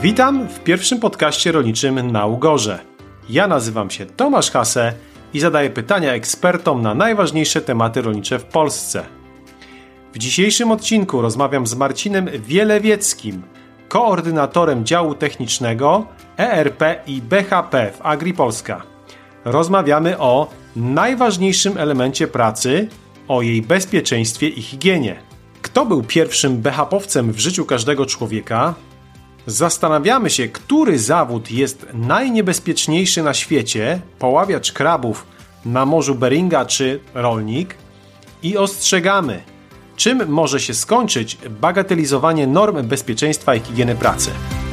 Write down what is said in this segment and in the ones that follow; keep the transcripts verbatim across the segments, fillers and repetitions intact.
Witam w pierwszym podcaście rolniczym na Ugorze. Ja nazywam się Tomasz Hase i zadaję pytania ekspertom na najważniejsze tematy rolnicze w Polsce. W dzisiejszym odcinku rozmawiam z Marcinem Wielewieckim, koordynatorem działu technicznego E R P i B H P w AgriPolska. Rozmawiamy o najważniejszym elemencie pracy, o jej bezpieczeństwie i higienie. Kto był pierwszym be ha powcem w życiu każdego człowieka? Zastanawiamy się, który zawód jest najniebezpieczniejszy na świecie, poławiacz krabów na morzu Beringa czy rolnik, i ostrzegamy, czym może się skończyć bagatelizowanie norm bezpieczeństwa i higieny pracy.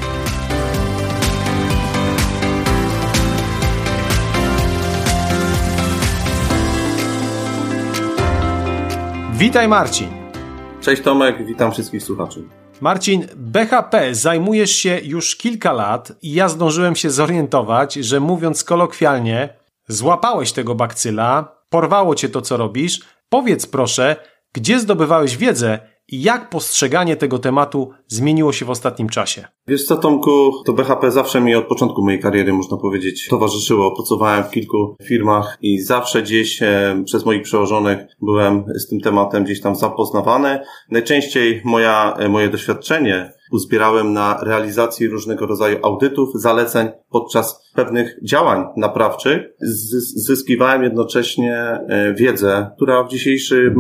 Witaj, Marcin. Cześć Tomek, witam wszystkich słuchaczy. Marcin, be ha pe zajmujesz się już kilka lat i ja zdążyłem się zorientować, że mówiąc kolokwialnie, złapałeś tego bakcyla, porwało cię to, co robisz. Powiedz proszę, gdzie zdobywałeś wiedzę i jak postrzeganie tego tematu zmieniło się w ostatnim czasie? Wiesz co, Tomku, to be ha pe zawsze mi od początku mojej kariery, można powiedzieć, towarzyszyło. Pracowałem w kilku firmach i zawsze gdzieś e, przez moich przełożonych byłem z tym tematem gdzieś tam zapoznawany. Najczęściej moja, e, moje doświadczenie uzbierałem na realizacji różnego rodzaju audytów, zaleceń podczas pewnych działań naprawczych. Z- zyskiwałem jednocześnie e, wiedzę, która w dzisiejszym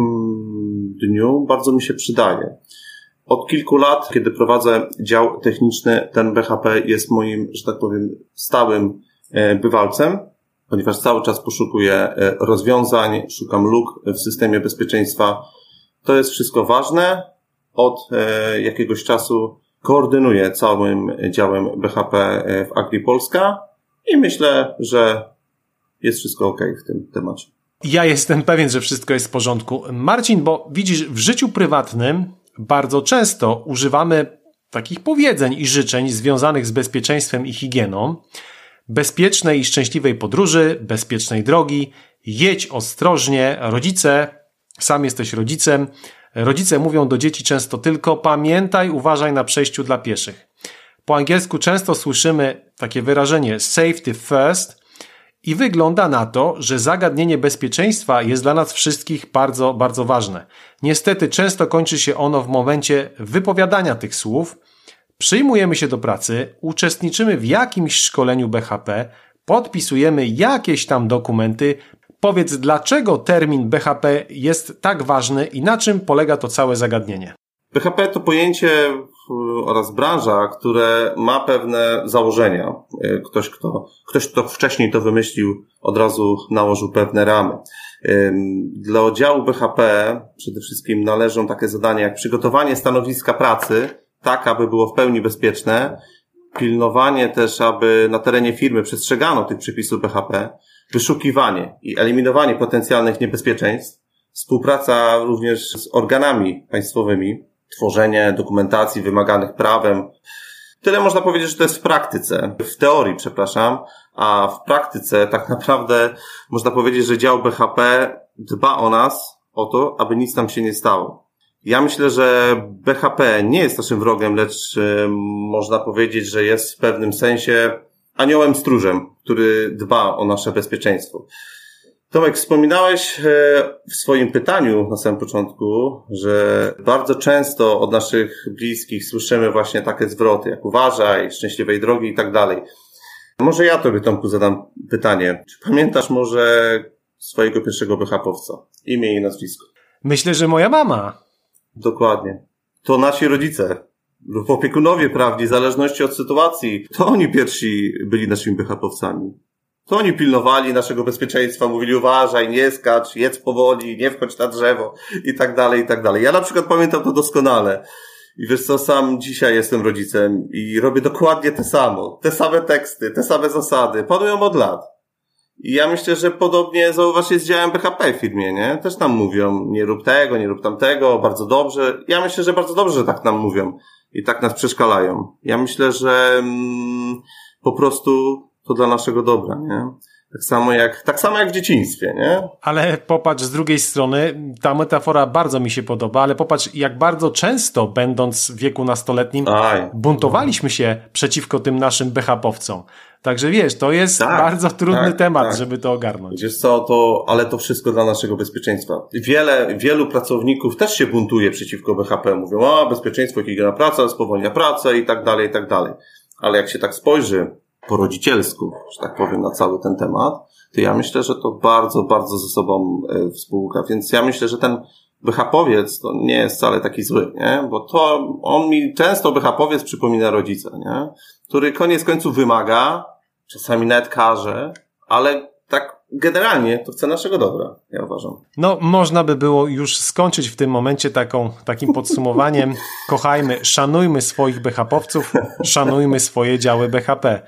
dniu bardzo mi się przydaje. Od kilku lat, kiedy prowadzę dział techniczny, ten be ha pe jest moim, że tak powiem, stałym bywalcem, ponieważ cały czas poszukuję rozwiązań, szukam luk w systemie bezpieczeństwa. To jest wszystko ważne. Od jakiegoś czasu koordynuję całym działem be ha pe w AgriPolska i myślę, że jest wszystko ok w tym temacie. Ja jestem pewien, że wszystko jest w porządku. Marcin, bo widzisz, w życiu prywatnym bardzo często używamy takich powiedzeń i życzeń związanych z bezpieczeństwem i higieną. Bezpiecznej i szczęśliwej podróży, bezpiecznej drogi, jedź ostrożnie. Rodzice, sam jesteś rodzicem, rodzice mówią do dzieci często tylko pamiętaj, uważaj na przejściu dla pieszych. Po angielsku często słyszymy takie wyrażenie safety first, i wygląda na to, że zagadnienie bezpieczeństwa jest dla nas wszystkich bardzo, bardzo ważne. Niestety często kończy się ono w momencie wypowiadania tych słów. Przyjmujemy się do pracy, uczestniczymy w jakimś szkoleniu be ha pe, podpisujemy jakieś tam dokumenty. Powiedz, dlaczego termin be ha pe jest tak ważny i na czym polega to całe zagadnienie? be ha pe to pojęcie oraz branża, które ma pewne założenia. Ktoś, kto, ktoś, kto wcześniej to wymyślił, od razu nałożył pewne ramy. Dla oddziału be ha pe przede wszystkim należą takie zadania jak przygotowanie stanowiska pracy, tak aby było w pełni bezpieczne, pilnowanie też, aby na terenie firmy przestrzegano tych przepisów be ha pe, wyszukiwanie i eliminowanie potencjalnych niebezpieczeństw, współpraca również z organami państwowymi, tworzenie dokumentacji wymaganych prawem. Tyle można powiedzieć, że to jest w praktyce, w teorii, przepraszam, a w praktyce tak naprawdę można powiedzieć, że dział be ha pe dba o nas, o to, aby nic nam się nie stało. Ja myślę, że be ha pe nie jest naszym wrogiem, lecz y, można powiedzieć, że jest w pewnym sensie aniołem stróżem, który dba o nasze bezpieczeństwo. Tomek, wspominałeś w swoim pytaniu na samym początku, że bardzo często od naszych bliskich słyszymy właśnie takie zwroty jak uważaj, szczęśliwej drogi i tak dalej. Może ja tobie, Tomku, zadam pytanie. Czy pamiętasz może swojego pierwszego be ha powca? Imię i nazwisko. Myślę, że moja mama. Dokładnie. To nasi rodzice lub opiekunowie prawni, w zależności od sytuacji. To oni pierwsi byli naszymi be ha powcami. To oni pilnowali naszego bezpieczeństwa, mówili uważaj, nie skacz, jedz powoli, nie wchodź na drzewo i tak dalej, i tak dalej. Ja na przykład pamiętam to doskonale. I wiesz co, sam dzisiaj jestem rodzicem i robię dokładnie te samo. Te same teksty, te same zasady. Panują od lat. I ja myślę, że podobnie, zauważ, jest z działem be ha pe w firmie, nie? Też nam mówią, nie rób tego, nie rób tamtego, bardzo dobrze. Ja myślę, że bardzo dobrze, że tak nam mówią i tak nas przeszkalają. Ja myślę, że mm, po prostu to dla naszego dobra, nie? Tak samo jak, tak samo jak w dzieciństwie, nie? Ale popatrz, z drugiej strony, ta metafora bardzo mi się podoba, ale popatrz, jak bardzo często, będąc w wieku nastoletnim, Aj. buntowaliśmy się przeciwko tym naszym be ha pe owcom. Także wiesz, to jest tak, bardzo trudny tak, temat, tak. żeby to ogarnąć. Wiesz co, to, ale to wszystko dla naszego bezpieczeństwa. Wiele, wielu pracowników też się buntuje przeciwko be ha pe. Mówią, a bezpieczeństwo, higiena pracy, spowolnia pracę i tak dalej, i tak dalej. Ale jak się tak spojrzy po rodzicielsku, że tak powiem, na cały ten temat, to ja myślę, że to bardzo, bardzo ze sobą współgra. Więc ja myślę, że ten be ha pe owiec to nie jest wcale taki zły, nie? Bo to on mi często be ha pe owiec przypomina rodzica, nie? Który koniec końców wymaga, czasami nawet karze, ale tak generalnie to chce naszego dobra, ja uważam. No, można by było już skończyć w tym momencie taką, takim podsumowaniem. Kochajmy, szanujmy swoich be ha pe owców, szanujmy swoje działy be ha pe.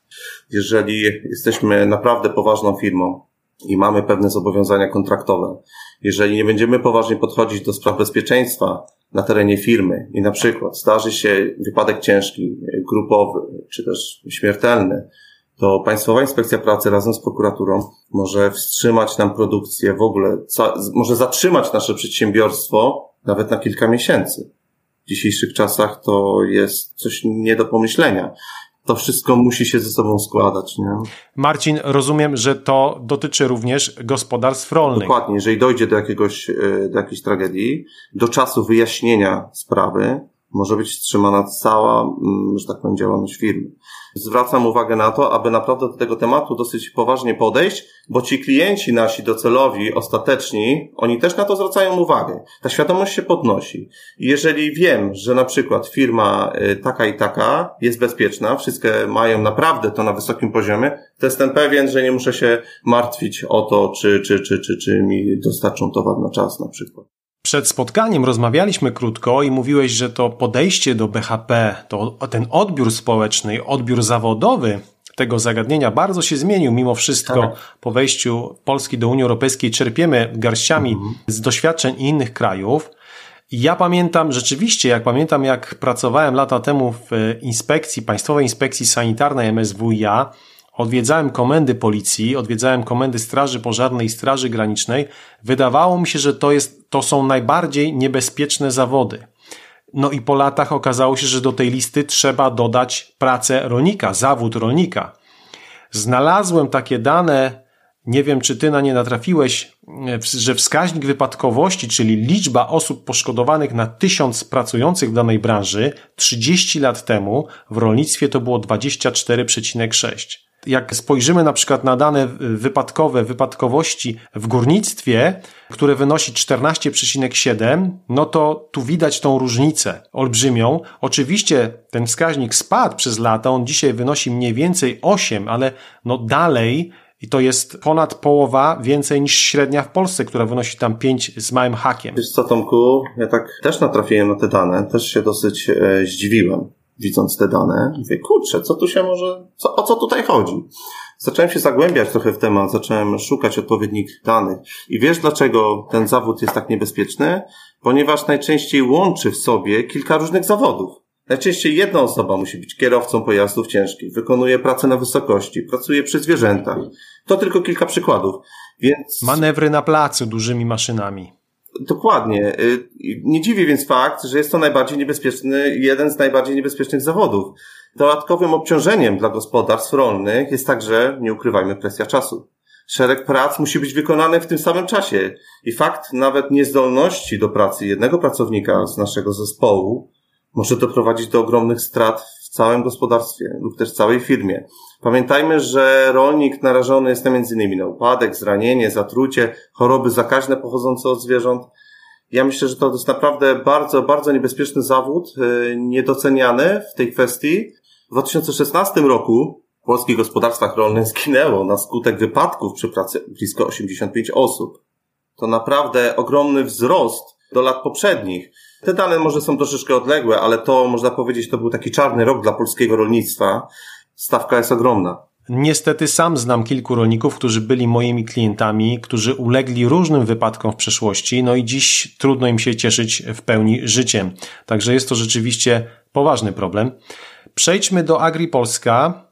Jeżeli jesteśmy naprawdę poważną firmą i mamy pewne zobowiązania kontraktowe, jeżeli nie będziemy poważnie podchodzić do spraw bezpieczeństwa na terenie firmy i na przykład zdarzy się wypadek ciężki, grupowy czy też śmiertelny, to Państwowa Inspekcja Pracy razem z prokuraturą może wstrzymać nam produkcję, w ogóle ca- może zatrzymać nasze przedsiębiorstwo nawet na kilka miesięcy. W dzisiejszych czasach to jest coś nie do pomyślenia. To wszystko musi się ze sobą składać, nie? Marcin, rozumiem, że to dotyczy również gospodarstw rolnych. Dokładnie. Jeżeli dojdzie do jakiegoś, do jakiejś tragedii, do czasu wyjaśnienia sprawy, może być wstrzymana cała, że tak powiem, działalność firmy. Zwracam uwagę na to, aby naprawdę do tego tematu dosyć poważnie podejść, bo ci klienci nasi docelowi, ostateczni, oni też na to zwracają uwagę. Ta świadomość się podnosi. I jeżeli wiem, że na przykład firma taka i taka jest bezpieczna, wszystkie mają naprawdę to na wysokim poziomie, to jestem pewien, że nie muszę się martwić o to, czy, czy, czy, czy, czy mi dostarczą towar na czas na przykład. Przed spotkaniem rozmawialiśmy krótko i mówiłeś, że to podejście do be ha pe, to ten odbiór społeczny, odbiór zawodowy tego zagadnienia bardzo się zmienił. Mimo wszystko tak. Po wejściu Polski do Unii Europejskiej czerpiemy garściami mhm. z doświadczeń innych krajów. I ja pamiętam, rzeczywiście, jak pamiętam, jak pracowałem lata temu w inspekcji, Państwowej Inspekcji Sanitarnej em es wu i a, odwiedzałem komendy policji, odwiedzałem komendy Straży Pożarnej i Straży Granicznej. Wydawało mi się, że to jest, to są najbardziej niebezpieczne zawody. No i po latach okazało się, że do tej listy trzeba dodać pracę rolnika, zawód rolnika. Znalazłem takie dane, nie wiem, czy ty na nie natrafiłeś, że wskaźnik wypadkowości, czyli liczba osób poszkodowanych na tysiąc pracujących w danej branży trzydzieści lat temu w rolnictwie to było dwadzieścia cztery przecinek sześć. Jak spojrzymy na przykład na dane wypadkowe, wypadkowości w górnictwie, które wynosi czternaście przecinek siedem, no to tu widać tą różnicę olbrzymią. Oczywiście ten wskaźnik spadł przez lata, on dzisiaj wynosi mniej więcej osiem, ale no dalej i to jest ponad połowa więcej niż średnia w Polsce, która wynosi tam pięć z małym hakiem. Wiesz co, Tomku, ja tak też natrafiłem na te dane, też się dosyć e, zdziwiłem, widząc te dane. Mówię, kurczę, co tu się może, co, o co tutaj chodzi? Zacząłem się zagłębiać trochę w temat, zacząłem szukać odpowiednich danych. I wiesz, dlaczego ten zawód jest tak niebezpieczny? Ponieważ najczęściej łączy w sobie kilka różnych zawodów. Najczęściej jedna osoba musi być kierowcą pojazdów ciężkich, wykonuje pracę na wysokości, pracuje przy zwierzętach. To tylko kilka przykładów. Więc... Manewry na placu dużymi maszynami. Dokładnie. Nie dziwi więc fakt, że jest to najbardziej niebezpieczny, jeden z najbardziej niebezpiecznych zawodów. Dodatkowym obciążeniem dla gospodarstw rolnych jest także, nie ukrywajmy, presja czasu. Szereg prac musi być wykonany w tym samym czasie i fakt nawet niezdolności do pracy jednego pracownika z naszego zespołu może doprowadzić do ogromnych strat w całym gospodarstwie lub też całej firmie. Pamiętajmy, że rolnik narażony jest między innymi na upadek, zranienie, zatrucie, choroby zakaźne pochodzące od zwierząt. Ja myślę, że to jest naprawdę bardzo, bardzo niebezpieczny zawód, niedoceniany w tej kwestii. W dwa tysiące szesnastym roku w polskich gospodarstwach rolnych zginęło na skutek wypadków przy pracy blisko osiemdziesiąt pięć osób. To naprawdę ogromny wzrost do lat poprzednich. Te dane może są troszeczkę odległe, ale to, można powiedzieć, to był taki czarny rok dla polskiego rolnictwa. Stawka jest ogromna. Niestety sam znam kilku rolników, którzy byli moimi klientami, którzy ulegli różnym wypadkom w przeszłości, no i dziś trudno im się cieszyć w pełni życiem. Także jest to rzeczywiście poważny problem. Przejdźmy do AgriPolska.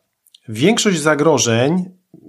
Większość zagrożeń,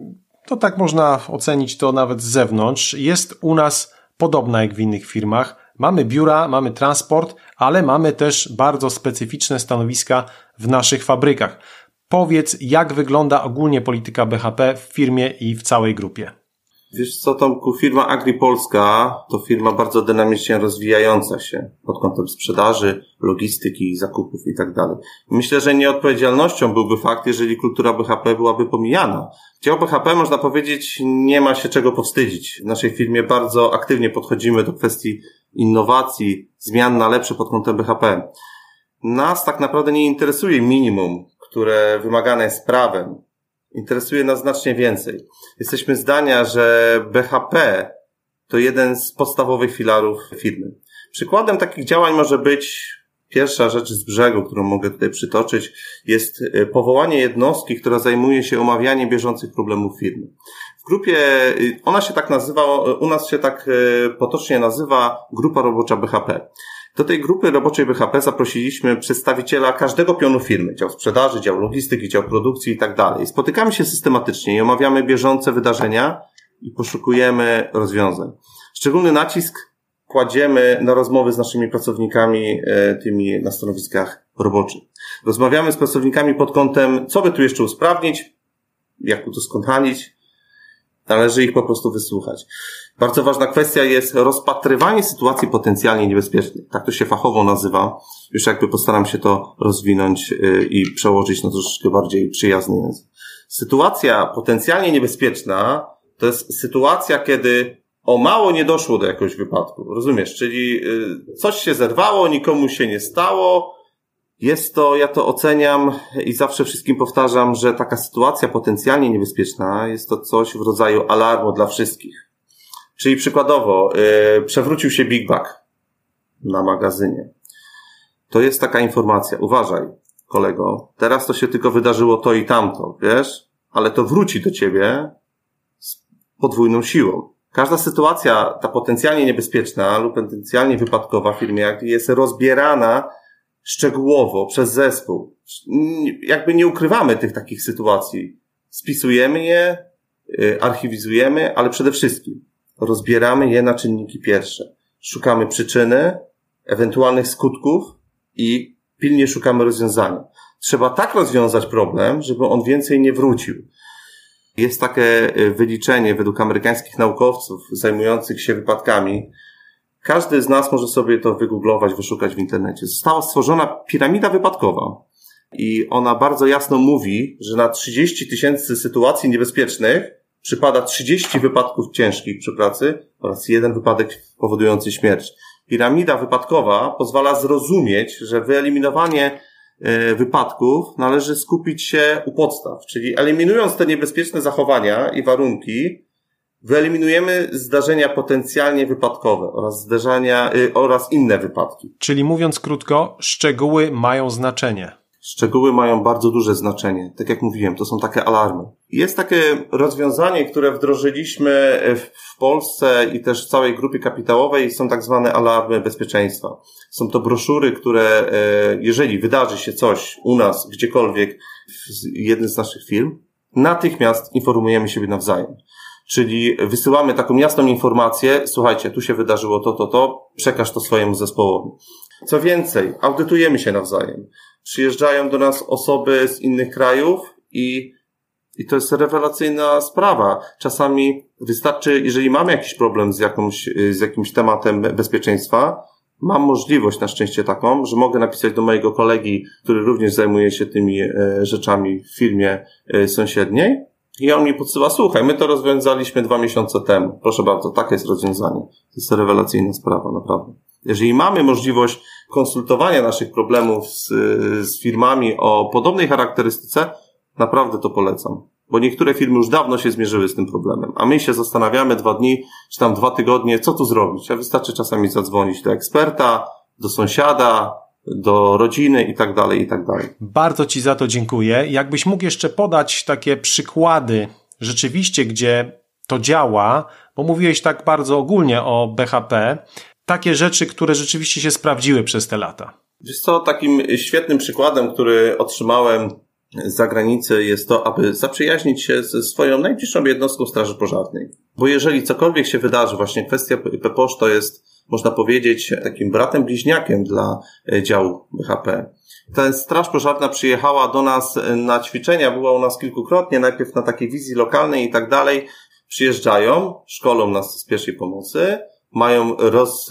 to tak można ocenić to nawet z zewnątrz, jest u nas podobna jak w innych firmach. Mamy biura, mamy transport, ale mamy też bardzo specyficzne stanowiska w naszych fabrykach. Powiedz, jak wygląda ogólnie polityka B H P w firmie i w całej grupie? Wiesz co, Tomku, firma AgriPolska to firma bardzo dynamicznie rozwijająca się pod kątem sprzedaży, logistyki, zakupów i tak dalej. Myślę, że nieodpowiedzialnością byłby fakt, jeżeli kultura B H P byłaby pomijana. Dział B H P, można powiedzieć, nie ma się czego powstydzić. W naszej firmie bardzo aktywnie podchodzimy do kwestii innowacji, zmian na lepsze pod kątem B H P. Nas tak naprawdę nie interesuje minimum, które wymagane jest prawem. Interesuje nas znacznie więcej. Jesteśmy zdania, że B H P to jeden z podstawowych filarów firmy. Przykładem takich działań może być, pierwsza rzecz z brzegu, którą mogę tutaj przytoczyć, jest powołanie jednostki, która zajmuje się omawianiem bieżących problemów firmy. W grupie, ona się tak nazywa, u nas się tak potocznie nazywa Grupa Robocza B H P. Do tej grupy roboczej B H P zaprosiliśmy przedstawiciela każdego pionu firmy, dział sprzedaży, dział logistyki, dział produkcji i tak dalej. Spotykamy się systematycznie i omawiamy bieżące wydarzenia i poszukujemy rozwiązań. Szczególny nacisk kładziemy na rozmowy z naszymi pracownikami, tymi na stanowiskach roboczych. Rozmawiamy z pracownikami pod kątem, co by tu jeszcze usprawnić, jak udoskonalić. Należy ich po prostu wysłuchać. Bardzo ważna kwestia jest rozpatrywanie sytuacji potencjalnie niebezpiecznych. Tak to się fachowo nazywa. Już jakby postaram się to rozwinąć i przełożyć na troszeczkę bardziej przyjazny język. Sytuacja potencjalnie niebezpieczna to jest sytuacja, kiedy o mało nie doszło do jakiegoś wypadku. Rozumiesz? Czyli coś się zerwało, nikomu się nie stało. Jest to, ja to oceniam i zawsze wszystkim powtarzam, że taka sytuacja potencjalnie niebezpieczna jest to coś w rodzaju alarmu dla wszystkich. Czyli przykładowo, yy, przewrócił się Big Bag na magazynie. To jest taka informacja. Uważaj, kolego, teraz to się tylko wydarzyło to i tamto, wiesz? Ale to wróci do ciebie z podwójną siłą. Każda sytuacja, ta potencjalnie niebezpieczna lub potencjalnie wypadkowa w firmie jest rozbierana szczegółowo przez zespół. Jakby nie ukrywamy tych takich sytuacji. Spisujemy je, archiwizujemy, ale przede wszystkim rozbieramy je na czynniki pierwsze. Szukamy przyczyny, ewentualnych skutków i pilnie szukamy rozwiązania. Trzeba tak rozwiązać problem, żeby on więcej nie wrócił. Jest takie wyliczenie według amerykańskich naukowców zajmujących się wypadkami. Każdy z nas może sobie to wygooglować, wyszukać w internecie. Została stworzona piramida wypadkowa i ona bardzo jasno mówi, że na trzydzieści tysięcy sytuacji niebezpiecznych przypada trzydzieści wypadków ciężkich przy pracy oraz jeden wypadek powodujący śmierć. Piramida wypadkowa pozwala zrozumieć, że wyeliminowanie wypadków należy skupić się u podstaw, czyli eliminując te niebezpieczne zachowania i warunki, wyeliminujemy zdarzenia potencjalnie wypadkowe oraz zdarzenia y, oraz inne wypadki. Czyli mówiąc krótko, szczegóły mają znaczenie. Szczegóły mają bardzo duże znaczenie. Tak jak mówiłem, to są takie alarmy. Jest takie rozwiązanie, które wdrożyliśmy w Polsce i też w całej grupie kapitałowej, są tak zwane alarmy bezpieczeństwa. Są to broszury, które jeżeli wydarzy się coś u nas, gdziekolwiek, w jednym z naszych firm, natychmiast informujemy siebie nawzajem. Czyli wysyłamy taką jasną informację, słuchajcie, tu się wydarzyło to, to, to, przekaż to swojemu zespołowi. Co więcej, audytujemy się nawzajem. Przyjeżdżają do nas osoby z innych krajów i, i to jest rewelacyjna sprawa. Czasami wystarczy, jeżeli mamy jakiś problem z jakąś, z jakimś tematem bezpieczeństwa, mam możliwość na szczęście taką, że mogę napisać do mojego kolegi, który również zajmuje się tymi e, rzeczami w firmie e, sąsiedniej, i on mi podsyła, słuchaj, my to rozwiązaliśmy dwa miesiące temu. Proszę bardzo, takie jest rozwiązanie. To jest rewelacyjna sprawa, naprawdę. Jeżeli mamy możliwość konsultowania naszych problemów z, z firmami o podobnej charakterystyce, naprawdę to polecam. Bo niektóre firmy już dawno się zmierzyły z tym problemem, a my się zastanawiamy dwa dni, czy tam dwa tygodnie, co tu zrobić. A wystarczy czasami zadzwonić do eksperta, do sąsiada, do rodziny i tak dalej, i tak dalej. Bardzo Ci za to dziękuję. Jakbyś mógł jeszcze podać takie przykłady rzeczywiście, gdzie to działa, bo mówiłeś tak bardzo ogólnie o B H P, takie rzeczy, które rzeczywiście się sprawdziły przez te lata. Wiesz co, takim świetnym przykładem, który otrzymałem z zagranicy jest to, aby zaprzyjaźnić się ze swoją najbliższą jednostką straży pożarnej. Bo jeżeli cokolwiek się wydarzy, właśnie kwestia P P O Sz to jest, można powiedzieć, takim bratem bliźniakiem dla działu B H P. Ta straż pożarna przyjechała do nas na ćwiczenia, była u nas kilkukrotnie, najpierw na takiej wizji lokalnej i tak dalej. Przyjeżdżają, szkolą nas z pierwszej pomocy, mają roz,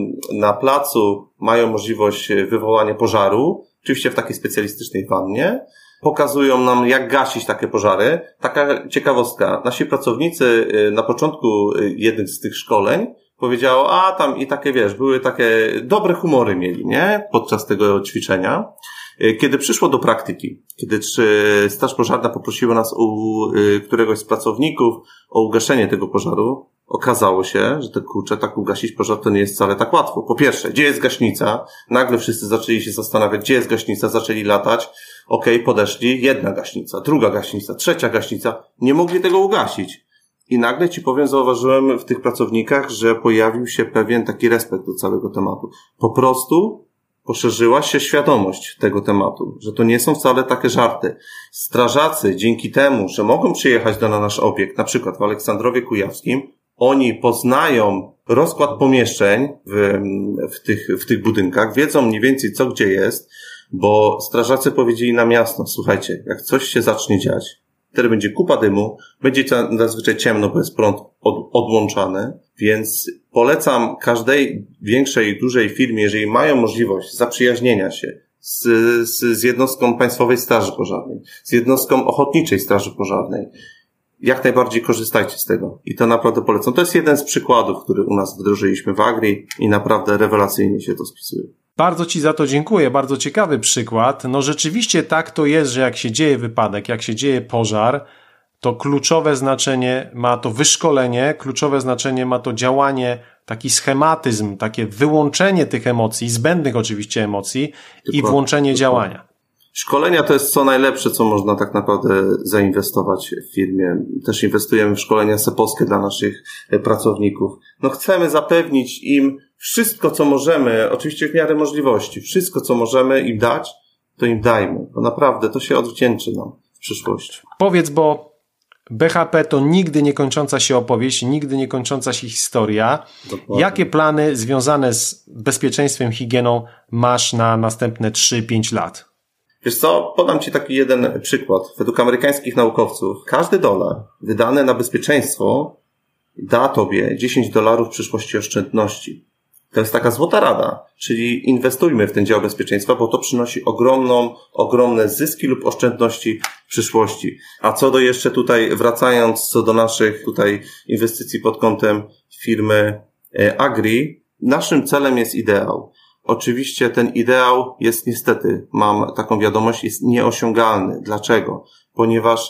na placu, mają możliwość wywołania pożaru, oczywiście w takiej specjalistycznej wannie. Pokazują nam, jak gasić takie pożary. Taka ciekawostka. Nasi pracownicy na początku jednych z tych szkoleń powiedziało, a tam i takie, wiesz, były takie dobre humory mieli, nie? Podczas tego ćwiczenia. Kiedy przyszło do praktyki, kiedy straż pożarna poprosiła nas u któregoś z pracowników o ugaszenie tego pożaru, okazało się, że te kurczę, tak ugasić pożar to nie jest wcale tak łatwo. Po pierwsze, gdzie jest gaśnica? Nagle wszyscy zaczęli się zastanawiać, gdzie jest gaśnica, zaczęli latać. Okej, okay, podeszli, jedna gaśnica, druga gaśnica, trzecia gaśnica. Nie mogli tego ugasić. I nagle ci powiem, zauważyłem w tych pracownikach, że pojawił się pewien taki respekt do całego tematu. Po prostu poszerzyła się świadomość tego tematu, że to nie są wcale takie żarty. Strażacy dzięki temu, że mogą przyjechać do na nasz obiekt, na przykład w Aleksandrowie Kujawskim, oni poznają rozkład pomieszczeń w, w tych, w tych budynkach, wiedzą mniej więcej co gdzie jest, bo strażacy powiedzieli nam jasno, słuchajcie, jak coś się zacznie dziać, wtedy będzie kupa dymu, będzie zazwyczaj ciemno, bo jest prąd od, odłączany, więc polecam każdej większej, dużej firmie, jeżeli mają możliwość zaprzyjaźnienia się z, z, z jednostką Państwowej Straży Pożarnej, z jednostką Ochotniczej Straży Pożarnej, jak najbardziej korzystajcie z tego. I to naprawdę polecam. To jest jeden z przykładów, który u nas wdrożyliśmy w Agrii i naprawdę rewelacyjnie się to spisuje. Bardzo Ci za to dziękuję, bardzo ciekawy przykład. No rzeczywiście tak to jest, że jak się dzieje wypadek, jak się dzieje pożar, to kluczowe znaczenie ma to wyszkolenie, kluczowe znaczenie ma to działanie, taki schematyzm, takie wyłączenie tych emocji, zbędnych oczywiście emocji i włączenie działania. Szkolenia to jest co najlepsze, co można tak naprawdę zainwestować w firmie. Też inwestujemy w szkolenia sepowskie dla naszych pracowników. No chcemy zapewnić im wszystko, co możemy, oczywiście w miarę możliwości, wszystko, co możemy im dać, to im dajmy. Bo naprawdę to się odwdzięczy nam w przyszłości. Powiedz, bo B H P to nigdy nie kończąca się opowieść, nigdy nie kończąca się historia. Dokładnie. Jakie plany związane z bezpieczeństwem, higieną masz na następne trzy pięć lat? Wiesz co, podam Ci taki jeden przykład. Według amerykańskich naukowców każdy dolar wydany na bezpieczeństwo da Tobie dziesięć dolarów przyszłości oszczędności. To jest taka złota rada, czyli inwestujmy w ten dział bezpieczeństwa, bo to przynosi ogromną, ogromne zyski lub oszczędności w przyszłości. A co do jeszcze tutaj, wracając co do naszych tutaj inwestycji pod kątem firmy Agrii, naszym celem jest ideał. Oczywiście ten ideał jest niestety, mam taką wiadomość, jest nieosiągalny. Dlaczego? Ponieważ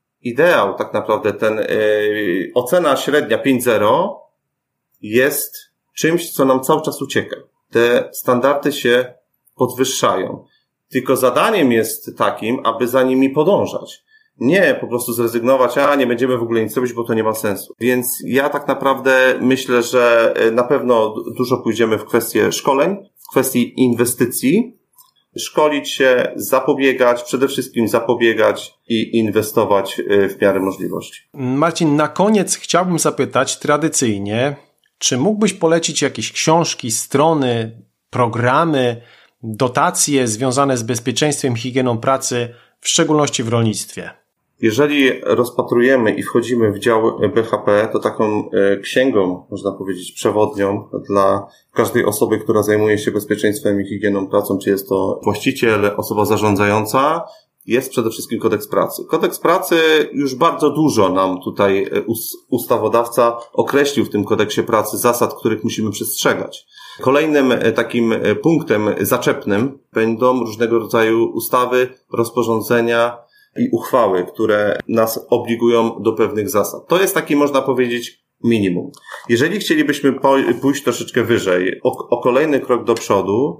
ideał tak naprawdę, ten yy, ocena średnia pięć zero jest czymś, co nam cały czas ucieka. Te standardy się podwyższają. Tylko zadaniem jest takim, aby za nimi podążać. Nie po prostu zrezygnować, a nie będziemy w ogóle nic robić, bo to nie ma sensu. Więc ja tak naprawdę myślę, że na pewno dużo pójdziemy w kwestię szkoleń, w kwestii inwestycji, szkolić się, zapobiegać, przede wszystkim zapobiegać i inwestować w miarę możliwości. Marcin, na koniec chciałbym zapytać tradycyjnie, czy mógłbyś polecić jakieś książki, strony, programy, dotacje związane z bezpieczeństwem, higieną pracy, w szczególności w rolnictwie? Jeżeli rozpatrujemy i wchodzimy w dział B H P, to taką księgą, można powiedzieć, przewodnią dla każdej osoby, która zajmuje się bezpieczeństwem i higieną pracą, czy jest to właściciel, osoba zarządzająca, jest przede wszystkim kodeks pracy. Kodeks pracy już bardzo dużo nam tutaj ustawodawca określił w tym kodeksie pracy zasad, których musimy przestrzegać. Kolejnym takim punktem zaczepnym będą różnego rodzaju ustawy, rozporządzenia i uchwały, które nas obligują do pewnych zasad. To jest taki, można powiedzieć, minimum. Jeżeli chcielibyśmy pójść troszeczkę wyżej, o, o kolejny krok do przodu,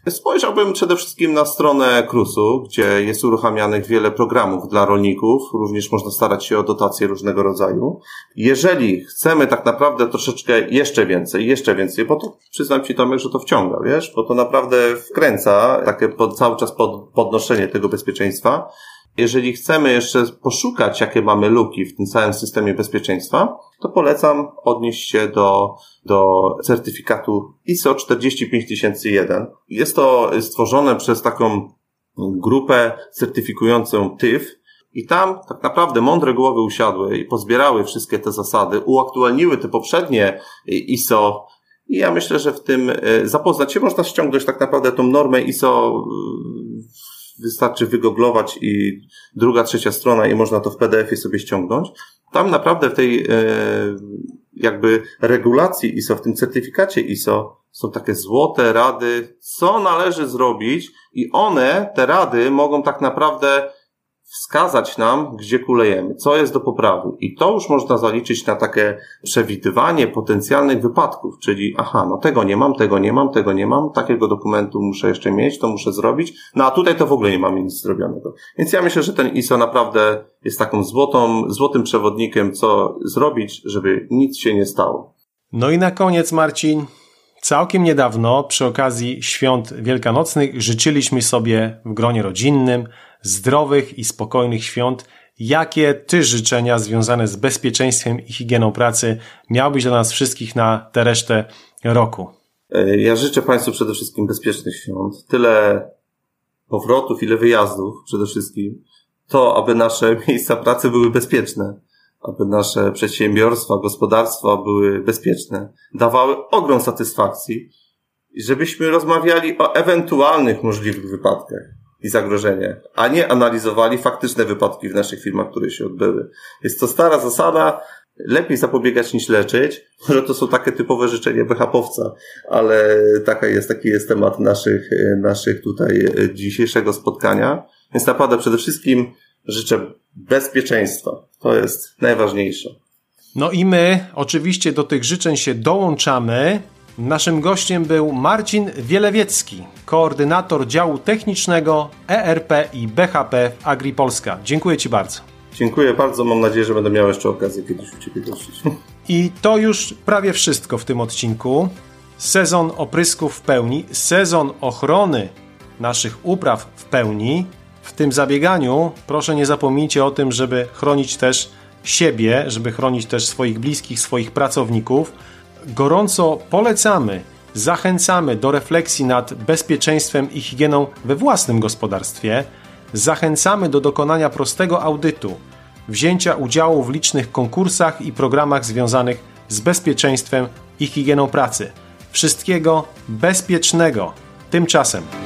Spojrzałbym przede wszystkim na stronę krusu, gdzie jest uruchamianych wiele programów dla rolników. Również można starać się o dotacje różnego rodzaju. Jeżeli chcemy tak naprawdę troszeczkę jeszcze więcej, jeszcze więcej, bo to przyznam Ci, Tomek, że to wciąga, wiesz, bo to naprawdę wkręca takie pod, cały czas pod, podnoszenie tego bezpieczeństwa. Jeżeli chcemy jeszcze poszukać, jakie mamy luki w tym całym systemie bezpieczeństwa, to polecam odnieść się do, do certyfikatu I S O czterdzieści pięć tysięcy jeden. Jest to stworzone przez taką grupę certyfikującą T I F i tam tak naprawdę mądre głowy usiadły i pozbierały wszystkie te zasady, uaktualniły te poprzednie I S O i ja myślę, że w tym zapoznać się można ściągnąć tak naprawdę tą normę I S O. Wystarczy wygooglować i druga, trzecia strona i można to w P D F-ie sobie ściągnąć. Tam naprawdę w tej e, jakby regulacji I S O, w tym certyfikacie I S O są takie złote rady, co należy zrobić i one, te rady, mogą tak naprawdę wskazać nam, gdzie kulejemy, co jest do poprawy. I to już można zaliczyć na takie przewidywanie potencjalnych wypadków, czyli aha, no tego nie mam, tego nie mam, tego nie mam, takiego dokumentu muszę jeszcze mieć, to muszę zrobić, no a tutaj to w ogóle nie mamy nic zrobionego. Więc ja myślę, że ten I S O naprawdę jest taką złotą, złotym przewodnikiem, co zrobić, żeby nic się nie stało. No i na koniec, Marcin, całkiem niedawno przy okazji świąt wielkanocnych życzyliśmy sobie w gronie rodzinnym zdrowych i spokojnych świąt. Jakie Ty życzenia związane z bezpieczeństwem i higieną pracy miałbyś dla nas wszystkich na tę resztę roku? Ja życzę Państwu przede wszystkim bezpiecznych świąt. Tyle powrotów, ile wyjazdów przede wszystkim. To, aby nasze miejsca pracy były bezpieczne, aby nasze przedsiębiorstwa, gospodarstwa były bezpieczne, dawały ogrom satysfakcji i żebyśmy rozmawiali o ewentualnych możliwych wypadkach i zagrożeniach, a nie analizowali faktyczne wypadki w naszych firmach, które się odbyły. Jest to stara zasada, lepiej zapobiegać niż leczyć. Może to są takie typowe życzenia B H P-owca, ale taka jest, taki jest temat naszych, naszych tutaj dzisiejszego spotkania. Więc naprawdę przede wszystkim życzę bezpieczeństwa. To jest najważniejsze. No i my oczywiście do tych życzeń się dołączamy. Naszym gościem był Marcin Wielewiecki, koordynator działu technicznego E R P i B H P w AgriPolska. Dziękuję Ci bardzo. Dziękuję bardzo. Mam nadzieję, że będę miał jeszcze okazję kiedyś u Ciebie gościć. I to już prawie wszystko w tym odcinku. Sezon oprysków w pełni, sezon ochrony naszych upraw w pełni. W tym zabieganiu proszę nie zapomnijcie o tym, żeby chronić też siebie, żeby chronić też swoich bliskich, swoich pracowników. Gorąco polecamy, zachęcamy do refleksji nad bezpieczeństwem i higieną we własnym gospodarstwie. Zachęcamy do dokonania prostego audytu, wzięcia udziału w licznych konkursach i programach związanych z bezpieczeństwem i higieną pracy. Wszystkiego bezpiecznego. Tymczasem